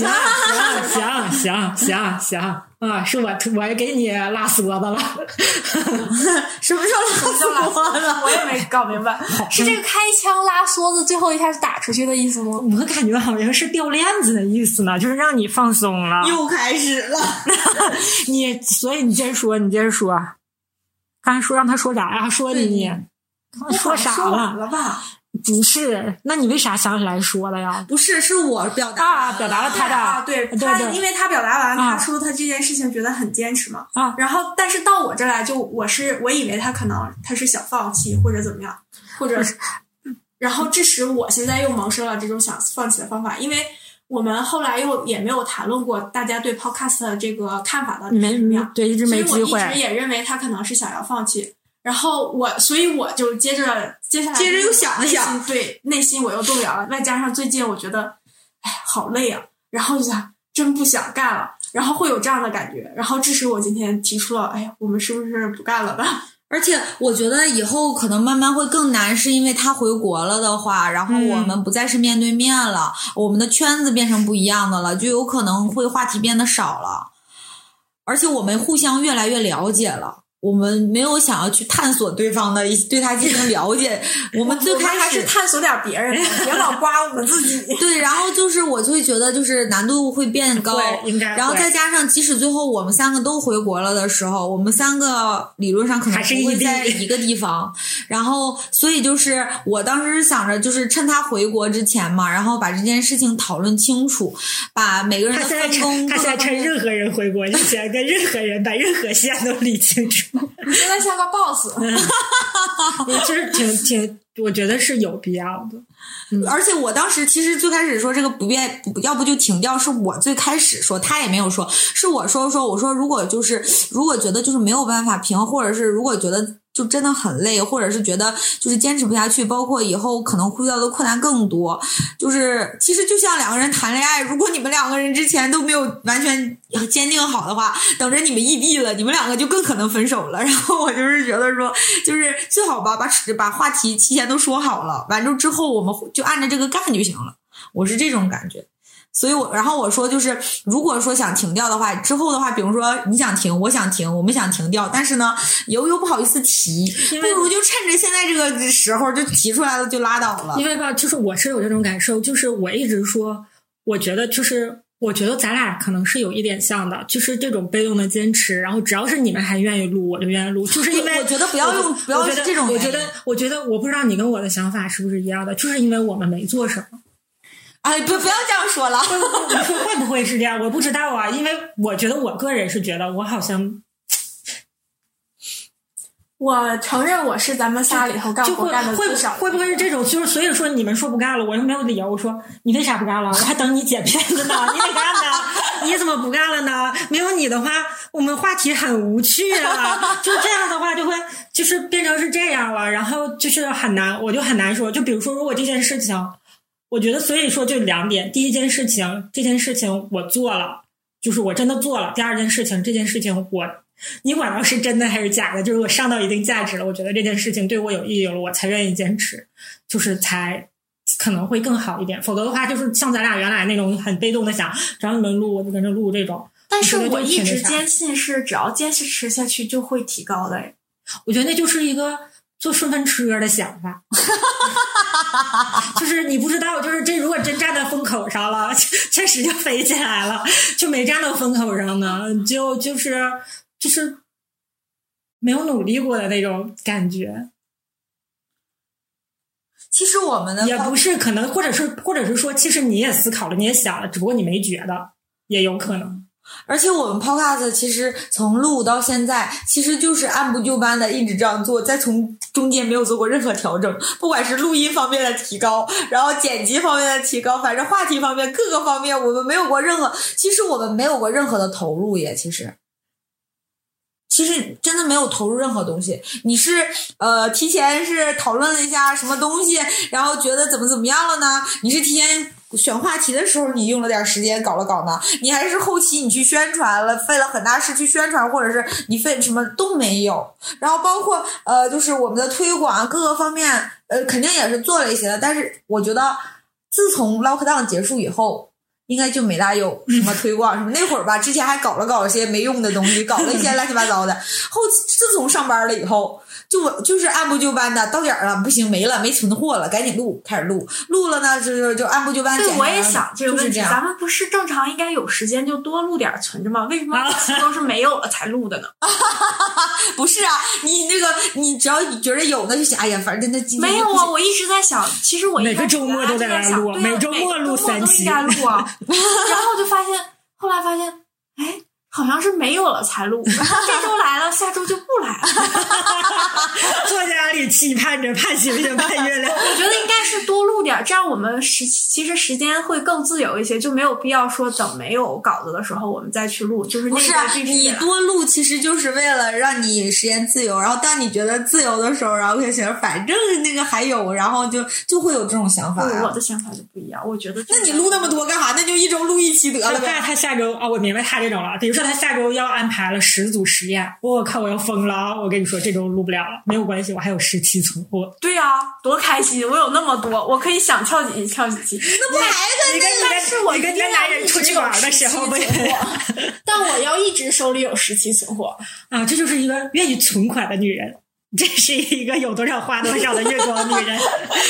S1: 是我给你拉梭子了。
S3: 什么叫拉梭子？
S2: 我也没搞明白，是这个开枪拉梭子最后一下是打出去的意思吗？
S1: 我感觉好像是掉链子的意思呢，就是让你放松了。
S3: 又开始了。
S1: 所以你接着说。刚才说让他说啥呀？说你说啥
S2: 了吧？
S1: 不是，那你为啥想起来说了呀？
S3: 不是，是我表达
S1: 表达了他的
S2: 对，因为他表达完，他说他这件事情觉得很坚持嘛然后但是到我这来，就我以为他可能他是想放弃或者怎么样，或者然后致使我现在又萌生了这种想放弃的方法，因为我们后来也没有谈论过大家对 podcast 的这个看法的怎么样，
S1: 对，一直没机会，
S2: 所以我一直也认为他可能是想要放弃。然后所以我就接下来
S3: 又想了想，
S2: 对，内心我又动摇了，外加上最近我觉得好累啊，然后就想真不想干了，然后会有这样的感觉，然后致使我今天提出了我们是不是不干了吧？
S3: 而且我觉得以后可能慢慢会更难，是因为他回国了的话，然后我们不再是面对面了，我们的圈子变成不一样的了，就有可能会话题变得少了，而且我们互相越来越了解了。我们没有想要去探索对方的，对他进行了解。我们最开始
S2: 还是探索点别人，别老刮我们自己。
S3: 对，然后就是我就会觉得就是难度会变高，然后再加上即使最后我们3个都回国了的时候，我们3个理论上可能不会在一个地方。然后所以就是我当时想着就是趁他回国之前嘛，然后把这件事情讨论清楚，把每个人的分工。
S1: 他现在趁任何人回国之前跟任何人把任何线都理清楚。
S2: 你现在像个 boss。
S1: 就是我觉得是有必要的。
S3: 而且我当时其实最开始说这个不变，要不就停掉，是我最开始说，他也没有说，是我说我说如果觉得就是没有办法平衡，或者是如果觉得就真的很累，或者是觉得就是坚持不下去，包括以后可能会遇到的困难更多，就是其实就像2个人谈恋爱，如果你们2个人之前都没有完全坚定好的话，等着你们异地了，你们2个就更可能分手了。然后我就是觉得说，就是最好吧，把话题提前都说好了，完之后我们就按照这个干就行了，我是这种感觉。所以然后我说就是如果说想停掉的话，之后的话比如说你想停我想停我们想停掉，但是呢又不好意思提，不如就趁着现在这个时候就提出来了就拉倒了。
S1: 因为吧就是我是有这种感受，就是我一直说我觉得咱俩可能是有一点像的，就是这种被动的坚持，然后只要是你们还愿意录我就愿意录，就是因为
S3: 我觉得不要这种，
S1: 我觉得我不知道你跟我的想法是不是一样的，就是因为我们没做什么。
S3: 哎，不要这样说了。
S1: 你说会不会是这样？我不知道啊，因为我觉得我个人是觉得我好像，
S2: 我承认我是咱们仨里头干活干的最少的。
S1: 会不会是这种？就是所以说你们说不干了，我又没有理由。我说你为啥不干了？我还等你剪片子呢，你得干呢，你怎么不干了呢？没有你的话，我们话题很无趣啊。就这样的话，就会就是变成是这样了，然后就是很难，我就很难说。就比如说，如果这件事情。我觉得所以说就2点，第一件事情，这件事情我做了，就是我真的做了。第二件事情，这件事情你管到是真的还是假的，就是我上到一定价值了，我觉得这件事情对我有意义了，我才愿意坚持，就是才可能会更好一点。否则的话，就是像咱俩原来那种很被动的想，只要你们录我就跟着录这种。
S2: 但是我一直坚信是只要坚持下去就会提高的。
S1: 我觉得那就是一个坐顺风车的想法。就是你不知道，就是这如果真站在风口上了，确实就飞起来了；就没站到风口上呢，就是没有努力过的那种感觉。
S3: 其实我们的
S1: 也不是可能，或者是说，其实你也思考了，你也想了，只不过你没觉得，也有可能。
S3: 而且我们 podcast 其实从录到现在其实就是按部就班的一直这样做，再从中间没有做过任何调整，不管是录音方面的提高，然后剪辑方面的提高，反正话题方面各个方面我们没有过任何，其实我们没有过任何的投入也其实真的没有投入任何东西。你是提前是讨论了一下什么东西，然后觉得怎么样了呢？你是提前选话题的时候你用了点时间搞了搞呢？你还是后期你去宣传了，费了很大事去宣传，或者是你费什么都没有。然后包括就是我们的推广各个方面肯定也是做了一些的，但是我觉得自从 lockdown 结束以后应该就没大有什么推广什么。那会儿吧，之前还搞了一些没用的东西，搞了一些乱七八糟的。自从上班了以后，就是按部就班的，到点了不行没了，没存货了，赶紧录，开始录了呢，就按部就班。
S2: 对，我也想这个问题，
S3: 就是
S2: 咱们不是正常应该有时间就多录点存着吗？为什么都是没有了才录的呢？
S3: 不是啊，你只要觉得有那就行。哎呀，反正那今天
S2: 没有啊，我一直在想，其实我
S1: 每个周末都在那录，每周末录3期，
S2: 应该录啊。然后就后来发现，哎。好像是没有了才录，这周来了，下周就不来了。
S1: 坐在那里期盼着，盼星星，盼月亮。
S2: 我觉得应该是多录点，这样我们其实时间会更自由一些，就没有必要说等没有稿子的时候我们再去录。就是那个
S3: 不是啊，你多录其实就是为了让你时间自由，然后当你觉得自由的时候，然后就想反正那个还有，然后就会有这种想法啊。
S2: 我的想法就不一样，我觉得
S3: 那你录那么多干啥？那就一周录1期得了呗。
S1: 他下周啊，我明白他这种了。比如说说他下周要安排了10组实验，我靠，我要疯了啊！我跟你说，这周录不了了，没有关系，我还有17存货。
S2: 对啊，多开心！我有那么多，我可以想跳几期跳几期。
S3: 那不还跟
S2: 但是我
S1: 你跟男人出去玩的时候不
S2: 但我要一直手里有17存货
S1: 啊！这就是一个愿意存款的女人，这是一个有多少花多少的月光女人。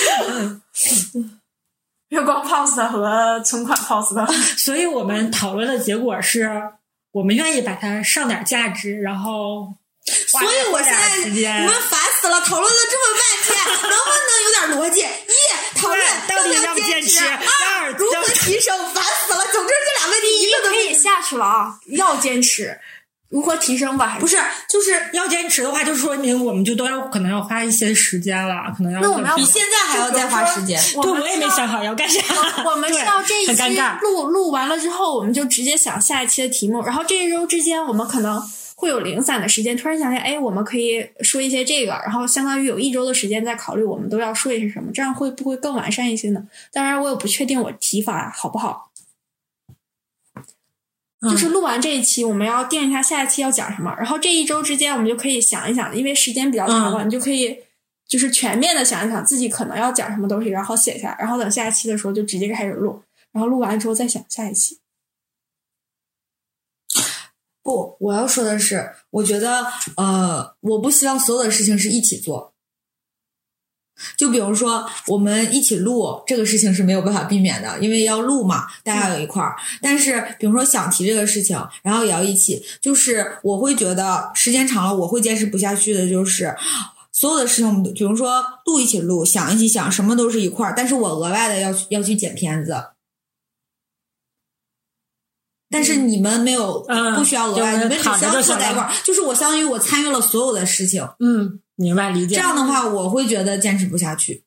S2: 月光 post 和存款 post。
S1: 所以我们讨论的结果是，我们愿意把它上点价值，然后
S3: 所以我现在你们烦死了，讨论了这么半天，能不能有点逻辑？一，讨论
S1: 到底要不坚持；二，
S3: 如何提升？烦死了。总之这两个问题一个都
S2: 可以下去了啊！要坚持，如何提升吧？
S3: 不是，就是
S1: 要坚持的话，就说明我们就都要可能要花一些时间了，可能要
S2: 那我们要
S3: 比现在还要再花时间。
S1: 对，我也没想好要干啥。
S2: 我们是要这一期录完了之后，我们就直接想下一期的题目，然后这一周之间我们可能会有零散的时间，突然想想，哎，我们可以说一些这个，然后相当于有一周的时间在考虑我们都要说一些什么，这样会不会更完善一些呢？当然，我也不确定我提法好不好。就是录完这一期，我们要定一下下一期要讲什么，然后这一周之间我们就可以想一想，因为时间比较长了，你就可以就是全面的想一想自己可能要讲什么东西，然后写下来，然后等下一期的时候就直接开始录，然后录完之后再想下一期。
S3: 不，我要说的是，我觉得我不希望所有的事情是一起做。就比如说我们一起录这个事情是没有办法避免的，因为要录嘛，大家有一块儿。但是比如说想提这个事情，然后也要一起，就是我会觉得时间长了我会坚持不下去的，就是所有的事情我们比如说录一起录，想一起想，什么都是一块儿，但是我额外的要去剪片子。但是你们没有不需要额外，你们只需要坐在一块儿，就是我相当于我参与了所有的事情。
S1: 明白理解。
S3: 这样的话，我会觉得坚持不下去。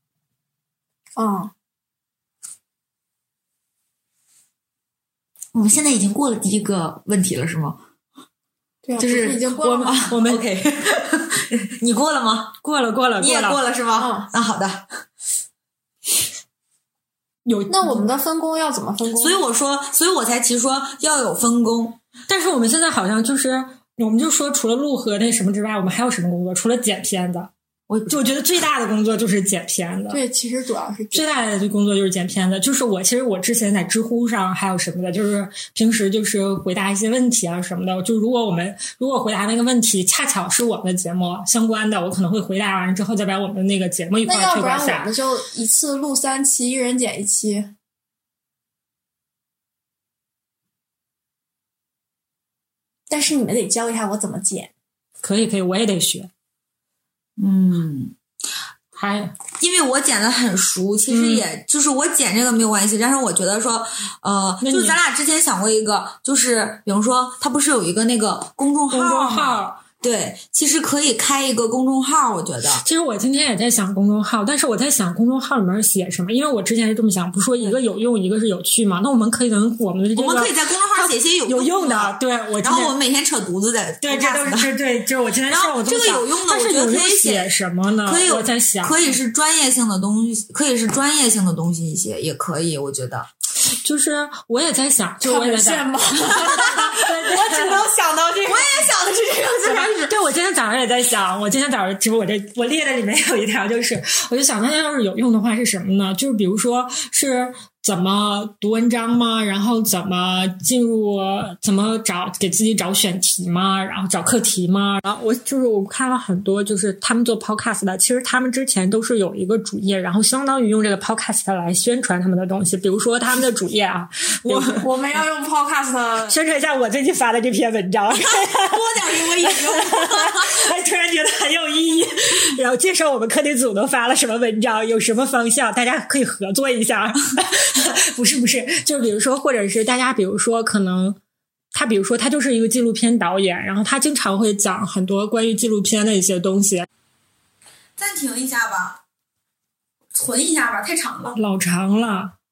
S3: 我们现在已经过了第一个问题了，是吗？
S2: 对啊，
S3: 就是
S2: 已经过了吗？
S3: 我们 OK， 你过了吗？
S1: 过了，
S3: 你也过了是吗？那好的。
S2: 那我们的分工要怎么分工？
S3: 所以我才提说要有分工。
S1: 但是我们现在好像就是我们就说除了录和那什么之外，我们还有什么工作？除了剪片子，我觉得最大的工作就是剪片子。
S2: 对，其实主要是
S1: 最大的工作就是剪片子。就是我之前在知乎上还有什么的，就是平时就是回答一些问题啊什么的。就如果回答那个问题恰巧是我们的节目相关的，我可能会回答完之后再把我们那个节目一块推广下。
S2: 那要不然我们就一次录3期，一人剪1期。但是你们得教一下我怎么剪。
S1: 可以，我也得学。
S3: 因为我剪得很熟，其实也就是我剪这个没有关系，但是我觉得说，就是咱俩之前想过一个，就是比如说，他不是有一个那个公众号。对，其实可以开一个公众号，我觉得。
S1: 其实我今天也在想公众号，但是我在想公众号里面写什么，因为我之前是这么想，不是说一个有用，一个是有趣嘛？那我们可以我们
S3: 可以在公众号写些
S1: 有用的，对，
S3: 然后我们每天扯犊子的，
S1: 对，这都是对，就是我今天上午
S3: 这个有用的，我觉得可以
S1: 写什么呢？
S3: 可以，
S1: 我在想，
S3: 可以是专业性的东西，一些也可以，我觉得。
S1: 就是我也在想，就我也在想，
S2: 我只能想到这个，
S3: 我也想的是这个，最开始。
S1: 对，我今天早上也在想，我今天早上其实我列的里面有一条，就是我就想，那要是有用的话是什么呢？就是比如说是怎么读文章吗？然后怎么给自己找选题吗？然后找课题吗？然后我看了很多，就是他们做 podcast 的，其实他们之前都是有一个主页，然后相当于用这个 podcast 来宣传他们的东西。比如说他们的主页啊，
S2: 我们要用 podcast
S1: 宣传一下我最近发的这篇文章，
S3: 多点给我引用，
S1: 我突然觉得很有意义。然后介绍我们课题组都发了什么文章，有什么方向，大家可以合作一下。不是，就比如说，或者是大家比如说可能他就是一个纪录片导演，然后他经常会讲很多关于纪录片的一些东西。
S3: 暂停一下吧，存一下吧，太长了，
S1: 老长了。